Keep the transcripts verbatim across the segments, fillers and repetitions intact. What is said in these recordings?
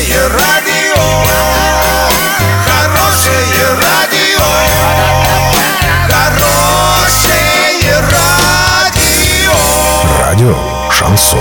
Хорошее радио, хорошее радио, хорошее радио. Радио Шансон.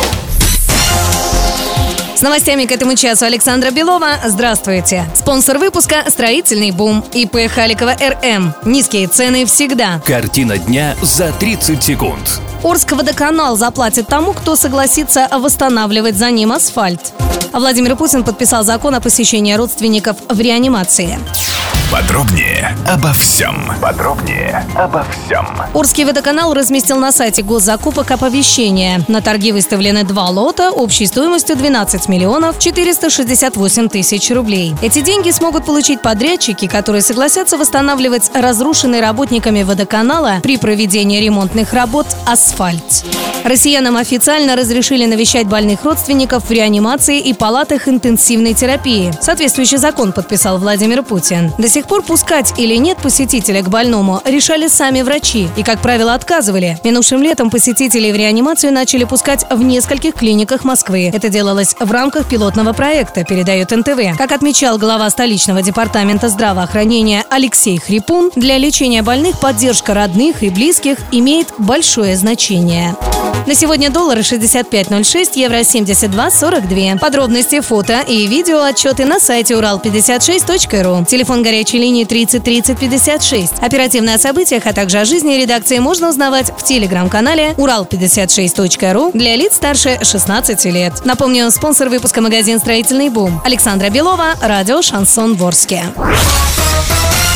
С новостями к этому часу Александра Белова. Здравствуйте. Спонсор выпуска «Строительный бум». ИП Халикова РМ. Низкие цены всегда. Картина дня за тридцать секунд. Орскводоканал заплатит тому, кто согласится восстанавливать за ним асфальт. Владимир Путин подписал закон о посещении родственников в реанимации. Подробнее обо всем. Подробнее обо всем. Орский водоканал разместил на сайте госзакупок оповещение. На торги выставлены два лота общей стоимостью двенадцать миллионов четыреста шестьдесят восемь тысяч рублей. Эти деньги смогут получить подрядчики, которые согласятся восстанавливать разрушенный работниками водоканала при проведении ремонтных работ асфальт. Россиянам официально разрешили навещать больных родственников в реанимации и палатах интенсивной терапии. Соответствующий закон подписал Владимир Путин. До сих пор пускать или нет посетителя к больному решали сами врачи и, как правило, отказывали. Минувшим летом посетителей в реанимацию начали пускать в нескольких клиниках Москвы. Это делалось в рамках пилотного проекта, передает эн тэ вэ. Как отмечал глава столичного департамента здравоохранения Алексей Хрипун, для лечения больных поддержка родных и близких имеет большое значение. На сегодня доллары шестьдесят пять ноль шесть, евро семьдесят два сорок два. Подробности, фото и видео отчеты на сайте урал пятьдесят шесть точка ру. Телефон горячей линии тридцать тридцать пятьдесят шесть. Оперативно о событиях, а также о жизни редакции можно узнавать в телеграм-канале урал пятьдесят шесть точка ру для лиц старше шестнадцати лет. Напомню, спонсор выпуска магазин «Строительный бум». Александра Белова, радио «Шансон Ворске».